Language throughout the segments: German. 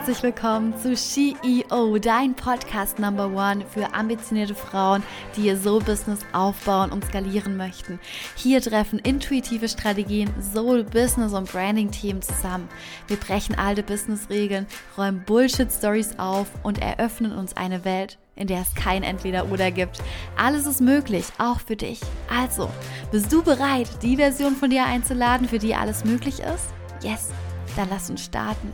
herzlich willkommen zu CEO, dein Podcast Number One für ambitionierte Frauen, die ihr Soul-Business aufbauen und skalieren möchten. Hier treffen intuitive Strategien, Soul-Business und Branding-Themen zusammen. Wir brechen alte Business-Regeln, räumen Bullshit-Stories auf und eröffnen uns eine Welt, in der es kein Entweder-Oder gibt. Alles ist möglich, auch für dich. Also, bist du bereit, die Version von dir einzuladen, für die alles möglich ist? Yes, dann lass uns starten.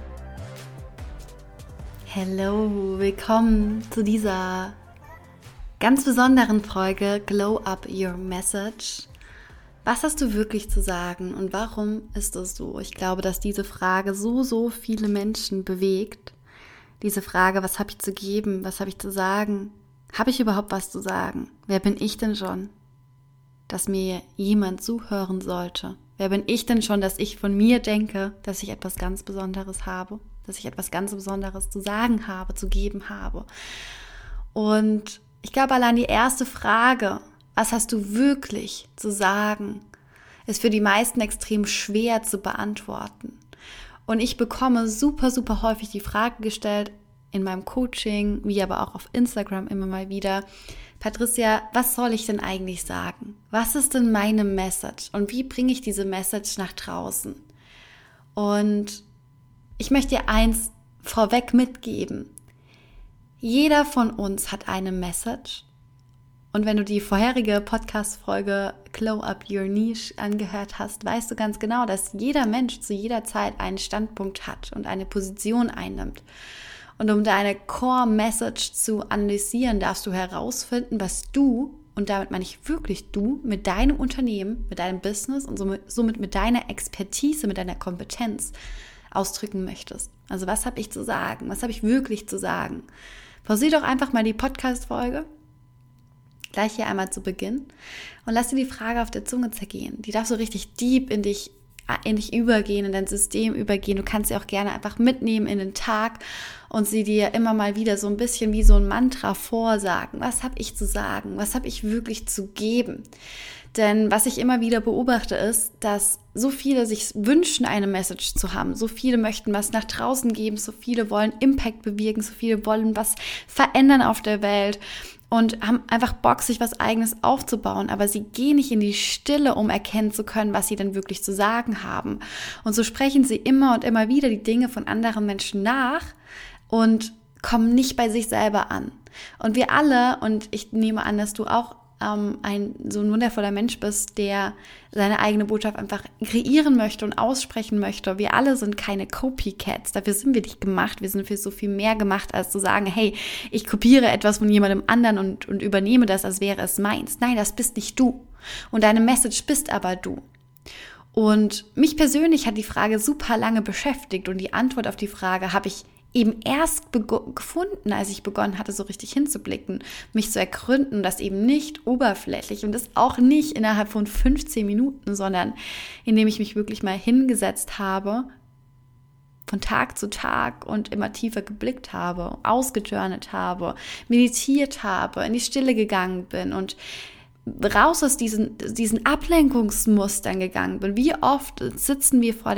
Hallo, willkommen zu dieser ganz besonderen Folge Glow Up Your Message. Was hast du wirklich zu sagen und warum ist es so? Ich glaube, dass diese Frage so viele Menschen bewegt. Diese Frage, was habe ich zu geben, was habe ich zu sagen? Habe ich überhaupt was zu sagen? Wer bin ich denn schon, dass mir jemand zuhören sollte? Wer bin ich denn schon, dass ich von mir denke, dass ich etwas ganz Besonderes habe? Dass ich etwas ganz Besonderes zu sagen habe, zu geben habe? Und ich glaube, allein die erste Frage, was hast du wirklich zu sagen, ist für die meisten extrem schwer zu beantworten. Und ich bekomme super häufig die Frage gestellt in meinem Coaching, wie aber auch auf Instagram immer mal wieder: Patricia, was soll ich denn eigentlich sagen? Was ist denn meine Message? Und wie bringe ich diese Message nach draußen? Und ich möchte dir eins vorweg mitgeben. Jeder von uns hat eine Message. Und wenn du die vorherige Podcast-Folge Glow Up Your Niche angehört hast, weißt du ganz genau, dass jeder Mensch zu jeder Zeit einen Standpunkt hat und eine Position einnimmt. Und um deine Core-Message zu analysieren, darfst du herausfinden, was du, und damit meine ich wirklich du, mit deinem Unternehmen, mit deinem Business und somit mit deiner Expertise, mit deiner Kompetenz ausdrücken möchtest. Also was habe ich zu sagen? Was habe ich wirklich zu sagen? Pausier doch einfach mal die Podcast-Folge gleich hier einmal zu Beginn und lass dir die Frage auf der Zunge zergehen. Die darf so richtig deep in dich übergehen, in dein System übergehen. Du kannst sie auch gerne einfach mitnehmen in den Tag und sie dir immer mal wieder so ein bisschen wie so ein Mantra vorsagen. Was habe ich zu sagen? Was habe ich wirklich zu geben? Denn was ich immer wieder beobachte ist, dass so viele sich wünschen, eine Message zu haben. So viele möchten was nach draußen geben. So viele wollen Impact bewirken. So viele wollen was verändern auf der Welt und haben einfach Bock, sich was Eigenes aufzubauen. Aber sie gehen nicht in die Stille, um erkennen zu können, was sie denn wirklich zu sagen haben. Und so sprechen sie immer und immer wieder die Dinge von anderen Menschen nach und kommen nicht bei sich selber an. Und wir alle, und ich nehme an, dass du auch so ein wundervoller Mensch bist, der seine eigene Botschaft einfach kreieren möchte und aussprechen möchte. Wir alle sind keine Copycats, dafür sind wir nicht gemacht. Wir sind für so viel mehr gemacht, als zu sagen, hey, ich kopiere etwas von jemandem anderen und übernehme das, als wäre es meins. Nein, das bist nicht du. Und deine Message bist aber du. Und mich persönlich hat die Frage super lange beschäftigt und die Antwort auf die Frage habe ich eben erst gefunden, als ich begonnen hatte, so richtig hinzublicken, mich zu ergründen, das eben nicht oberflächlich und das auch nicht innerhalb von 15 Minuten, sondern indem ich mich wirklich mal hingesetzt habe, von Tag zu Tag und immer tiefer geblickt habe, ausgejournalt habe, meditiert habe, in die Stille gegangen bin und raus aus diesen Ablenkungsmustern gegangen bin. Wie oft sitzen wir vor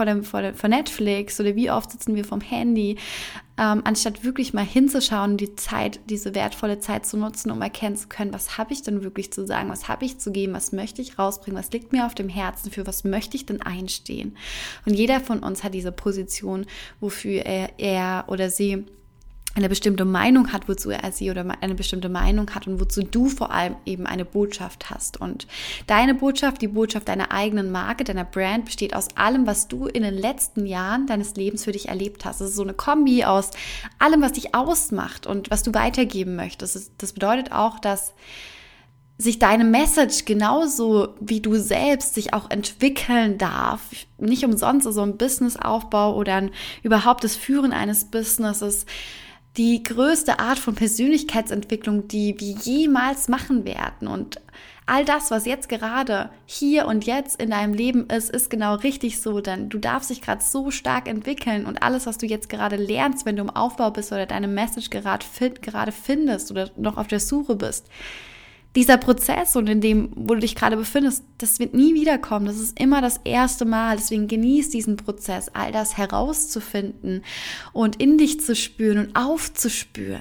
Netflix oder wie oft sitzen wir vom Handy, anstatt wirklich mal hinzuschauen, diese wertvolle Zeit zu nutzen, um erkennen zu können, was habe ich denn wirklich zu sagen, was habe ich zu geben, was möchte ich rausbringen, was liegt mir auf dem Herzen, für was möchte ich denn einstehen. Und jeder von uns hat diese Position, wofür er oder sie eine bestimmte Meinung hat, wozu er sie oder eine bestimmte Meinung hat und wozu du vor allem eben eine Botschaft hast. Und deine Botschaft, die Botschaft deiner eigenen Marke, deiner Brand, besteht aus allem, was du in den letzten Jahren deines Lebens für dich erlebt hast. Das ist so eine Kombi aus allem, was dich ausmacht und was du weitergeben möchtest. Das bedeutet auch, dass sich deine Message genauso wie du selbst sich auch entwickeln darf. Nicht umsonst so ein Businessaufbau oder überhaupt das Führen eines Businesses die größte Art von Persönlichkeitsentwicklung, die wir jemals machen werden. Und all das, was jetzt gerade hier und jetzt in deinem Leben ist, ist genau richtig so, denn du darfst dich gerade so stark entwickeln und alles, was du jetzt gerade lernst, wenn du im Aufbau bist oder deine Message gerade findest oder noch auf der Suche bist, dieser Prozess und in dem, wo du dich gerade befindest, das wird nie wiederkommen. Das ist immer das erste Mal. Deswegen genieß diesen Prozess, all das herauszufinden und in dich zu spüren und aufzuspüren.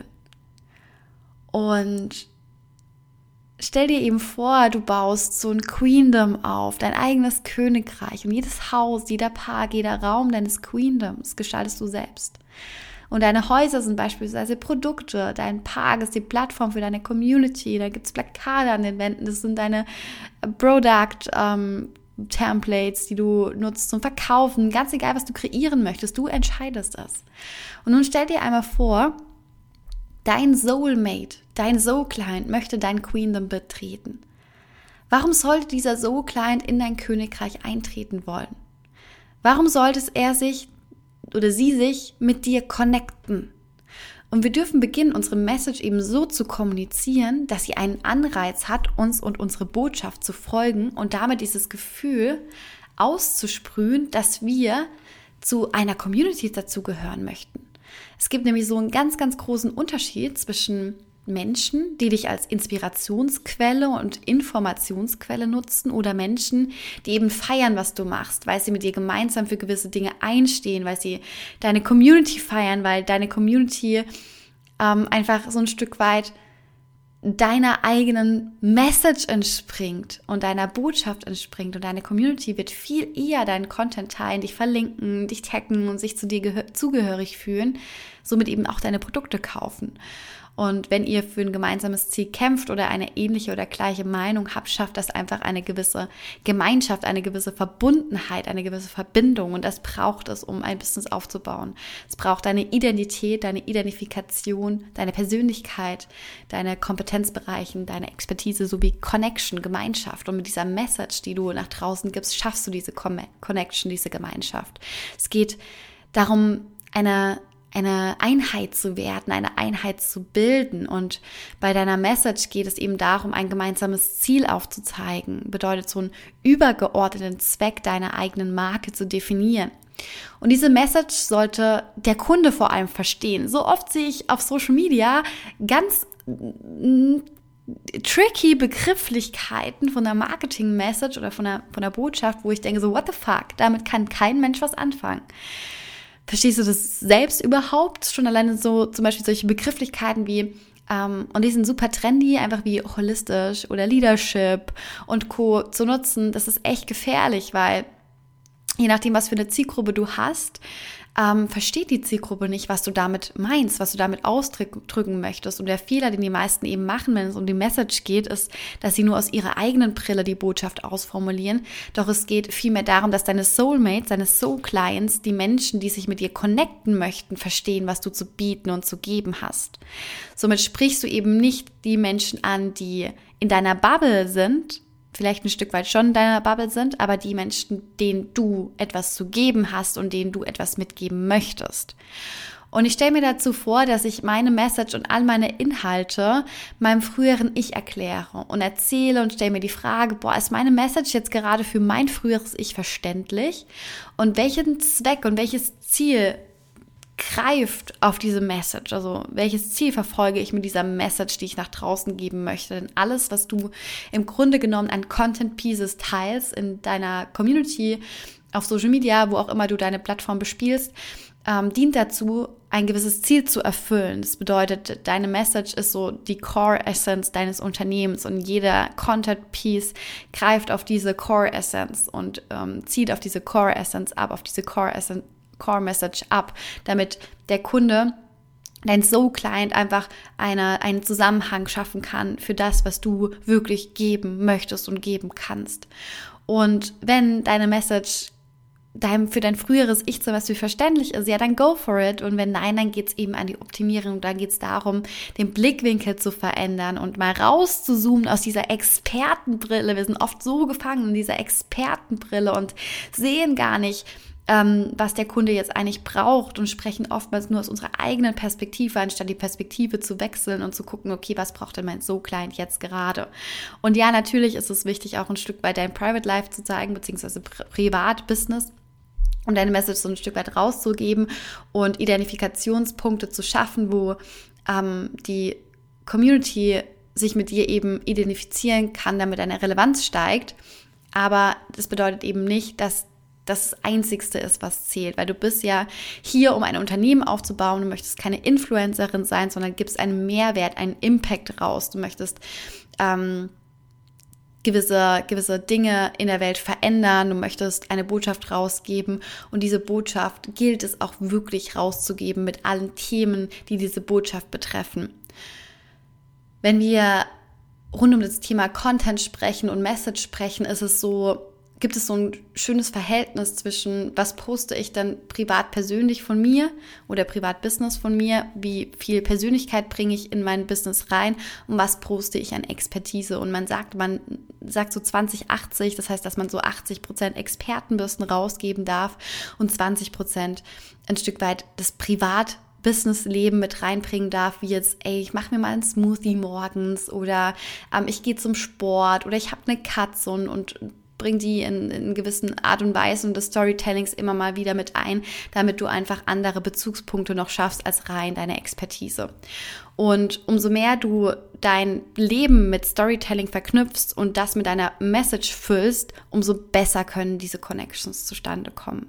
Und stell dir eben vor, du baust so ein Queendom auf, dein eigenes Königreich. Und jedes Haus, jeder Park, jeder Raum deines Queendoms gestaltest du selbst. Und deine Häuser sind beispielsweise Produkte, dein Park ist die Plattform für deine Community, da gibt es Plakate an den Wänden, das sind deine Product-Templates, die du nutzt zum Verkaufen, ganz egal, was du kreieren möchtest, du entscheidest das. Und nun stell dir einmal vor, dein Soulmate, dein Soul-Client möchte dein Queendom betreten. Warum sollte dieser Soul-Client in dein Königreich eintreten wollen? Warum sollte er sich oder sie sich mit dir connecten? Und wir dürfen beginnen, unsere Message eben so zu kommunizieren, dass sie einen Anreiz hat, uns und unsere Botschaft zu folgen und damit dieses Gefühl auszusprühen, dass wir zu einer Community dazugehören möchten. Es gibt nämlich so einen ganz, ganz großen Unterschied zwischen Menschen, die dich als Inspirationsquelle und Informationsquelle nutzen oder Menschen, die eben feiern, was du machst, weil sie mit dir gemeinsam für gewisse Dinge einstehen, weil sie deine Community feiern, weil deine Community einfach so ein Stück weit deiner eigenen Message entspringt und deiner Botschaft entspringt und deine Community wird viel eher deinen Content teilen, dich verlinken, dich taggen und sich zu dir zugehörig fühlen, somit eben auch deine Produkte kaufen. Und wenn ihr für ein gemeinsames Ziel kämpft oder eine ähnliche oder gleiche Meinung habt, schafft das einfach eine gewisse Gemeinschaft, eine gewisse Verbundenheit, eine gewisse Verbindung. Und das braucht es, um ein Business aufzubauen. Es braucht deine Identität, deine Identifikation, deine Persönlichkeit, deine Kompetenzbereichen, deine Expertise sowie Connection, Gemeinschaft. Und mit dieser Message, die du nach draußen gibst, schaffst du diese Connection, diese Gemeinschaft. Es geht darum, eine Einheit zu werden, eine Einheit zu bilden. Und bei deiner Message geht es eben darum, ein gemeinsames Ziel aufzuzeigen. Bedeutet so einen übergeordneten Zweck deiner eigenen Marke zu definieren. Und diese Message sollte der Kunde vor allem verstehen. So oft sehe ich auf Social Media ganz tricky Begrifflichkeiten von der Marketing-Message oder von der Botschaft, wo ich denke so, what the fuck, damit kann kein Mensch was anfangen. Verstehst du das selbst überhaupt? Schon alleine so zum Beispiel solche Begrifflichkeiten wie, und die sind super trendy, einfach wie holistisch oder Leadership und Co. zu nutzen, das ist echt gefährlich, weil je nachdem, was für eine Zielgruppe du hast, versteht die Zielgruppe nicht, was du damit meinst, was du damit ausdrücken möchtest. Und der Fehler, den die meisten eben machen, wenn es um die Message geht, ist, dass sie nur aus ihrer eigenen Brille die Botschaft ausformulieren. Doch es geht vielmehr darum, dass deine Soulmates, deine Soul-Clients, die Menschen, die sich mit dir connecten möchten, verstehen, was du zu bieten und zu geben hast. Somit sprichst du eben nicht die Menschen an, die in deiner Bubble sind, vielleicht ein Stück weit schon in deiner Bubble sind, aber die Menschen, denen du etwas zu geben hast und denen du etwas mitgeben möchtest. Und ich stelle mir dazu vor, dass ich meine Message und all meine Inhalte meinem früheren Ich erkläre und erzähle und stelle mir die Frage, ist meine Message jetzt gerade für mein früheres Ich verständlich? Und welchen Zweck und welches Ziel greift auf diese Message, also welches Ziel verfolge ich mit dieser Message, die ich nach draußen geben möchte. Denn alles, was du im Grunde genommen an Content Pieces teilst in deiner Community, auf Social Media, wo auch immer du deine Plattform bespielst, dient dazu, ein gewisses Ziel zu erfüllen. Das bedeutet, deine Message ist so die Core Essence deines Unternehmens und jeder Content Piece greift auf diese Core Essence und zielt auf diese Core Essence ab, auf diese Core Message ab, damit der Kunde, dein Soul-Client einfach einen Zusammenhang schaffen kann für das, was du wirklich geben möchtest und geben kannst. Und wenn deine Message für dein früheres Ich zum Beispiel verständlich ist, ja, dann go for it. Und wenn nein, dann geht es eben an die Optimierung. Dann geht es darum, den Blickwinkel zu verändern und mal rauszuzoomen aus dieser Expertenbrille. Wir sind oft so gefangen in dieser Expertenbrille und sehen gar nicht, was der Kunde jetzt eigentlich braucht und sprechen oftmals nur aus unserer eigenen Perspektive, anstatt die Perspektive zu wechseln und zu gucken, okay, was braucht denn mein Soul-Client jetzt gerade? Und ja, natürlich ist es wichtig, auch ein Stück weit dein Private Life zu zeigen, beziehungsweise Privat-Business, um deine Message so ein Stück weit rauszugeben und Identifikationspunkte zu schaffen, wo die Community sich mit dir eben identifizieren kann, damit deine Relevanz steigt. Aber das bedeutet eben nicht, dass das Einzigste ist, was zählt, weil du bist ja hier, um ein Unternehmen aufzubauen. Du möchtest keine Influencerin sein, sondern gibst einen Mehrwert, einen Impact raus. Du möchtest gewisse Dinge in der Welt verändern. Du möchtest eine Botschaft rausgeben und diese Botschaft gilt es auch wirklich rauszugeben mit allen Themen, die diese Botschaft betreffen. Wenn wir rund um das Thema Content sprechen und Message sprechen, gibt es so ein schönes Verhältnis zwischen, was poste ich dann privat persönlich von mir oder privat Business von mir, wie viel Persönlichkeit bringe ich in mein Business rein und was poste ich an Expertise. Und man sagt so 20-80, das heißt, dass man so 80% Expertenwissen rausgeben darf und 20% ein Stück weit das Businessleben mit reinbringen darf, wie jetzt, ich mache mir mal einen Smoothie morgens oder ich gehe zum Sport oder ich habe eine Katze und bring die in gewissen Art und Weise und des Storytellings immer mal wieder mit ein, damit du einfach andere Bezugspunkte noch schaffst als rein deine Expertise. Und umso mehr du dein Leben mit Storytelling verknüpfst und das mit deiner Message füllst, umso besser können diese Connections zustande kommen.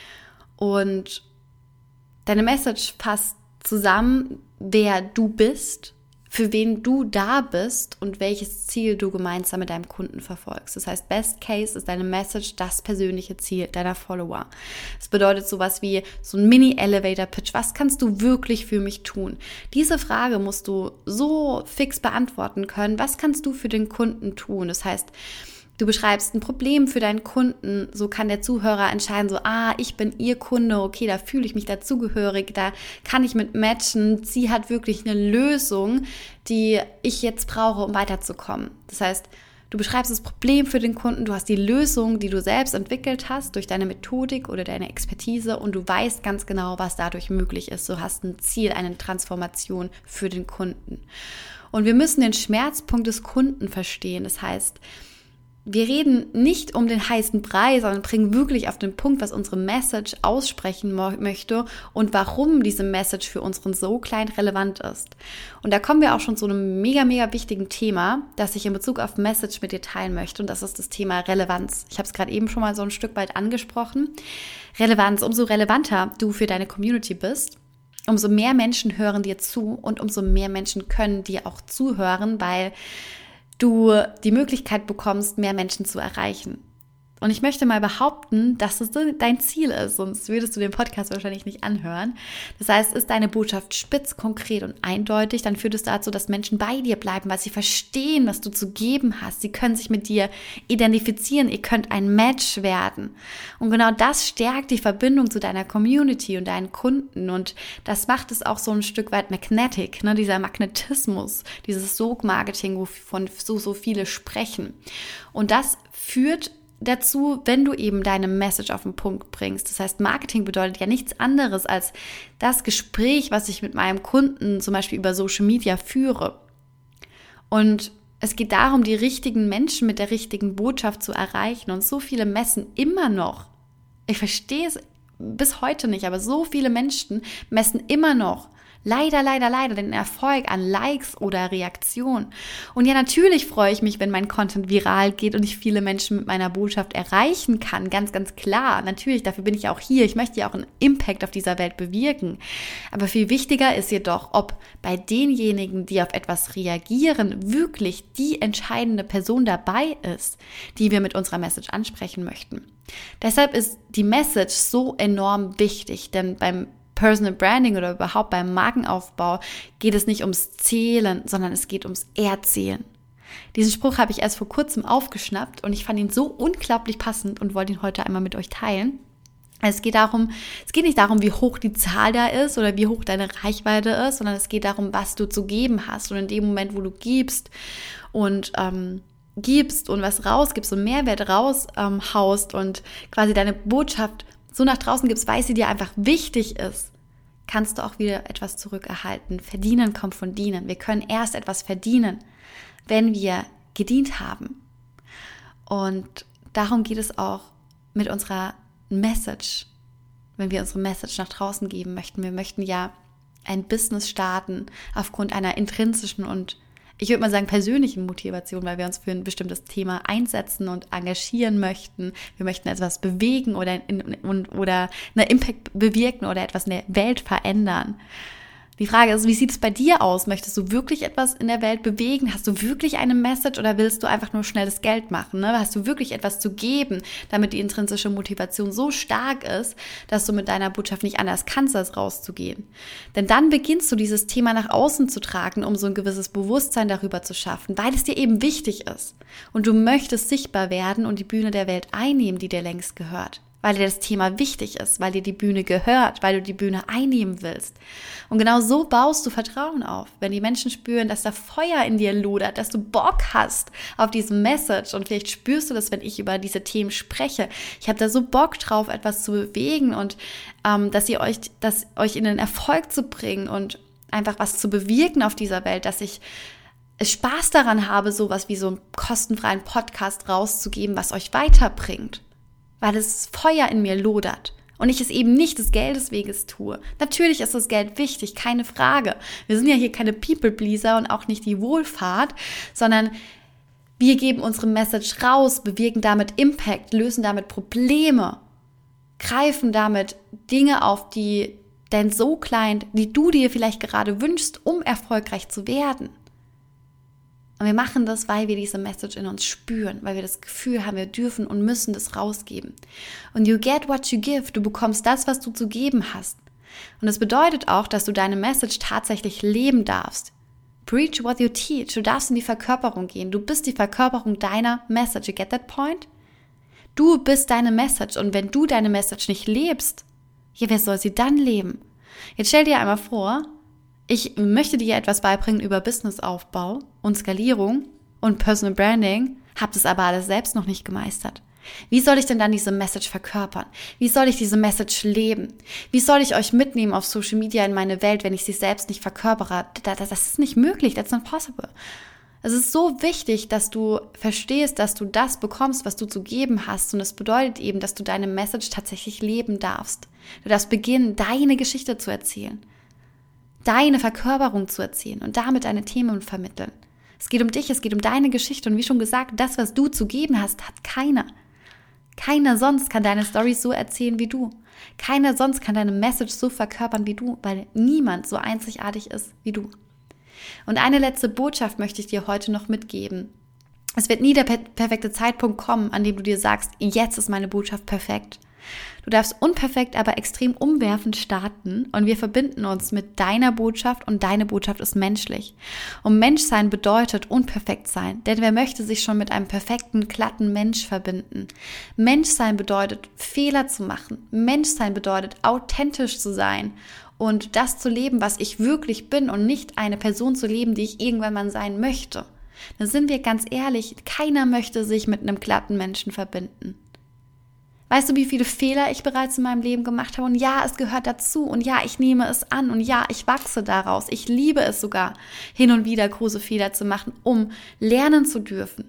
Und deine Message fasst zusammen, wer du bist, für wen du da bist und welches Ziel du gemeinsam mit deinem Kunden verfolgst. Das heißt, Best Case ist deine Message das persönliche Ziel deiner Follower. Das bedeutet sowas wie so ein Mini-Elevator-Pitch. Was kannst du wirklich für mich tun? Diese Frage musst du so fix beantworten können. Was kannst du für den Kunden tun? Das heißt, du beschreibst ein Problem für deinen Kunden, so kann der Zuhörer entscheiden, so, ich bin ihr Kunde, okay, da fühle ich mich dazugehörig, da kann ich mit matchen, sie hat wirklich eine Lösung, die ich jetzt brauche, um weiterzukommen. Das heißt, du beschreibst das Problem für den Kunden, du hast die Lösung, die du selbst entwickelt hast, durch deine Methodik oder deine Expertise und du weißt ganz genau, was dadurch möglich ist. Du hast ein Ziel, eine Transformation für den Kunden. Und wir müssen den Schmerzpunkt des Kunden verstehen, das heißt, wir reden nicht um den heißen Brei, sondern bringen wirklich auf den Punkt, was unsere Message aussprechen möchte und warum diese Message für unseren So-Client relevant ist. Und da kommen wir auch schon zu einem mega, mega wichtigen Thema, das ich in Bezug auf Message mit dir teilen möchte und das ist das Thema Relevanz. Ich habe es gerade eben schon mal so ein Stück weit angesprochen. Relevanz, umso relevanter du für deine Community bist, umso mehr Menschen hören dir zu und umso mehr Menschen können dir auch zuhören, weil du die Möglichkeit bekommst, mehr Menschen zu erreichen. Und ich möchte mal behaupten, dass es dein Ziel ist, sonst würdest du den Podcast wahrscheinlich nicht anhören. Das heißt, ist deine Botschaft spitz, konkret und eindeutig, dann führt es dazu, dass Menschen bei dir bleiben, weil sie verstehen, was du zu geben hast. Sie können sich mit dir identifizieren, ihr könnt ein Match werden. Und genau das stärkt die Verbindung zu deiner Community und deinen Kunden und das macht es auch so ein Stück weit magnetic, ne? Dieser Magnetismus, dieses Sog-Marketing, wovon so viele sprechen. Und das führt dazu, wenn du eben deine Message auf den Punkt bringst. Das heißt, Marketing bedeutet ja nichts anderes als das Gespräch, was ich mit meinem Kunden zum Beispiel über Social Media führe. Und es geht darum, die richtigen Menschen mit der richtigen Botschaft zu erreichen. Und so viele messen immer noch, ich verstehe es bis heute nicht, aber so viele Menschen messen immer noch leider den Erfolg an Likes oder Reaktionen. Und ja, natürlich freue ich mich, wenn mein Content viral geht und ich viele Menschen mit meiner Botschaft erreichen kann. Ganz, ganz klar. Natürlich, dafür bin ich ja auch hier. Ich möchte ja auch einen Impact auf dieser Welt bewirken. Aber viel wichtiger ist jedoch, ob bei denjenigen, die auf etwas reagieren, wirklich die entscheidende Person dabei ist, die wir mit unserer Message ansprechen möchten. Deshalb ist die Message so enorm wichtig, denn beim Personal Branding oder überhaupt beim Markenaufbau geht es nicht ums Zählen, sondern es geht ums Erzählen. Diesen Spruch habe ich erst vor kurzem aufgeschnappt und ich fand ihn so unglaublich passend und wollte ihn heute einmal mit euch teilen. Es geht nicht darum, wie hoch die Zahl da ist oder wie hoch deine Reichweite ist, sondern es geht darum, was du zu geben hast. Und in dem Moment, wo du gibst und was rausgibst und Mehrwert raushaust und quasi deine Botschaft so nach draußen gibst, weil sie dir einfach wichtig ist, kannst du auch wieder etwas zurückerhalten. Verdienen kommt von dienen. Wir können erst etwas verdienen, wenn wir gedient haben. Und darum geht es auch mit unserer Message, wenn wir unsere Message nach draußen geben möchten. Wir möchten ja ein Business starten aufgrund einer intrinsischen und ich würde mal sagen, persönlichen Motivation, weil wir uns für ein bestimmtes Thema einsetzen und engagieren möchten. Wir möchten etwas bewegen oder einen Impact bewirken oder etwas in der Welt verändern. Die Frage ist, wie sieht es bei dir aus? Möchtest du wirklich etwas in der Welt bewegen? Hast du wirklich eine Message oder willst du einfach nur schnelles Geld machen? Ne? Hast du wirklich etwas zu geben, damit die intrinsische Motivation so stark ist, dass du mit deiner Botschaft nicht anders kannst, als rauszugehen? Denn dann beginnst du dieses Thema nach außen zu tragen, um so ein gewisses Bewusstsein darüber zu schaffen, weil es dir eben wichtig ist. Und du möchtest sichtbar werden und die Bühne der Welt einnehmen, die dir längst gehört. Weil dir das Thema wichtig ist, weil dir die Bühne gehört, weil du die Bühne einnehmen willst. Und genau so baust du Vertrauen auf. Wenn die Menschen spüren, dass da Feuer in dir lodert, dass du Bock hast auf diese Message und vielleicht spürst du das, wenn ich über diese Themen spreche. Ich habe da so Bock drauf, etwas zu bewegen und dass euch in den Erfolg zu bringen und einfach was zu bewirken auf dieser Welt, dass ich Spaß daran habe, sowas wie so einen kostenfreien Podcast rauszugeben, was euch weiterbringt. Weil das Feuer in mir lodert und ich es eben nicht des Geldes weges tue. Natürlich ist das Geld wichtig, keine Frage. Wir sind ja hier keine People-Pleaser und auch nicht die Wohlfahrt, sondern wir geben unsere Message raus, bewirken damit Impact, lösen damit Probleme, greifen damit Dinge auf, die dein Soul-Client, die du dir vielleicht gerade wünschst, um erfolgreich zu werden. Und wir machen das, weil wir diese Message in uns spüren, weil wir das Gefühl haben, wir dürfen und müssen das rausgeben. Und you get what you give, du bekommst das, was du zu geben hast. Und das bedeutet auch, dass du deine Message tatsächlich leben darfst. Preach what you teach, du darfst in die Verkörperung gehen. Du bist die Verkörperung deiner Message. You get that point? Du bist deine Message und wenn du deine Message nicht lebst, ja, wer soll sie dann leben? Jetzt stell dir einmal vor, ich möchte dir etwas beibringen über Businessaufbau und Skalierung und Personal Branding, habe das aber alles selbst noch nicht gemeistert. Wie soll ich denn dann diese Message verkörpern? Wie soll ich diese Message leben? Wie soll ich euch mitnehmen auf Social Media in meine Welt, wenn ich sie selbst nicht verkörpere? Das ist nicht möglich, that's not possible. Es ist so wichtig, dass du verstehst, dass du das bekommst, was du zu geben hast. Und das bedeutet eben, dass du deine Message tatsächlich leben darfst. Du darfst beginnen, deine Geschichte zu erzählen. Deine Verkörperung zu erzählen und damit deine Themen vermitteln. Es geht um dich, es geht um deine Geschichte und wie schon gesagt, das, was du zu geben hast, hat keiner. Keiner sonst kann deine Story so erzählen wie du. Keiner sonst kann deine Message so verkörpern wie du, weil niemand so einzigartig ist wie du. Und eine letzte Botschaft möchte ich dir heute noch mitgeben. Es wird nie der perfekte Zeitpunkt kommen, an dem du dir sagst, jetzt ist meine Botschaft perfekt. Du darfst unperfekt, aber extrem umwerfend starten und wir verbinden uns mit deiner Botschaft und deine Botschaft ist menschlich. Und Menschsein bedeutet unperfekt sein, denn wer möchte sich schon mit einem perfekten, glatten Mensch verbinden? Menschsein bedeutet Fehler zu machen. Menschsein bedeutet authentisch zu sein und das zu leben, was ich wirklich bin und nicht eine Person zu leben, die ich irgendwann mal sein möchte. Dann sind wir ganz ehrlich, keiner möchte sich mit einem glatten Menschen verbinden. Weißt du, wie viele Fehler ich bereits in meinem Leben gemacht habe? Und ja, es gehört dazu. Und ja, ich nehme es an. Und ja, ich wachse daraus. Ich liebe es sogar, hin und wieder große Fehler zu machen, um lernen zu dürfen.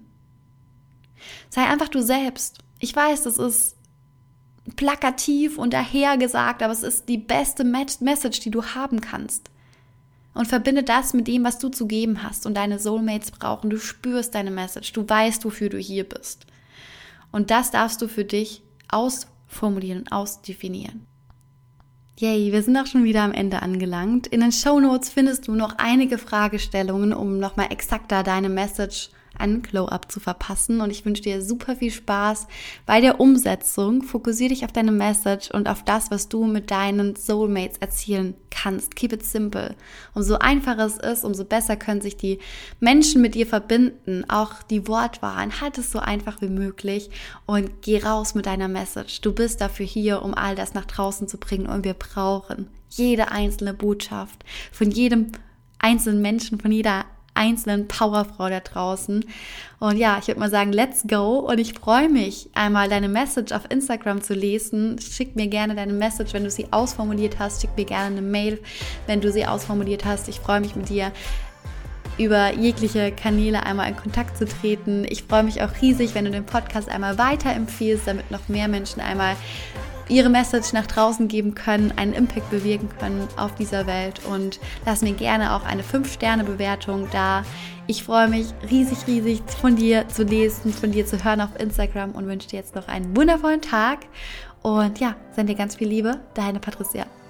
Sei einfach du selbst. Ich weiß, das ist plakativ und dahergesagt, aber es ist die beste Message, die du haben kannst. Und verbinde das mit dem, was du zu geben hast. Und deine Soulmates brauchen. Du spürst deine Message. Du weißt, wofür du hier bist. Und das darfst du für dich ausformulieren und ausdefinieren. Yay, wir sind auch schon wieder am Ende angelangt. In den Shownotes findest du noch einige Fragestellungen, um nochmal exakter deine Message einen Glow-Up zu verpassen. Und ich wünsche dir super viel Spaß bei der Umsetzung. Fokussiere dich auf deine Message und auf das, was du mit deinen Soulmates erzielen kannst. Keep it simple. Umso einfacher es ist, umso besser können sich die Menschen mit dir verbinden. Auch die Wortwahlen. Halt es so einfach wie möglich und geh raus mit deiner Message. Du bist dafür hier, um all das nach draußen zu bringen. Und wir brauchen jede einzelne Botschaft von jedem einzelnen Menschen, von jeder einzelnen Powerfrau da draußen. Und ja, ich würde mal sagen, let's go. Und ich freue mich, einmal deine Message auf Instagram zu lesen. Schick mir gerne deine Message, wenn du sie ausformuliert hast. Schick mir gerne eine Mail, wenn du sie ausformuliert hast. Ich freue mich mit dir über jegliche Kanäle einmal in Kontakt zu treten. Ich freue mich auch riesig, wenn du den Podcast einmal weiterempfiehlst, damit noch mehr Menschen einmal ihre Message nach draußen geben können, einen Impact bewirken können auf dieser Welt, und lass mir gerne auch eine 5-Sterne-Bewertung da. Ich freue mich riesig von dir zu lesen, von dir zu hören auf Instagram und wünsche dir jetzt noch einen wundervollen Tag und ja, sende dir ganz viel Liebe, deine Patricia.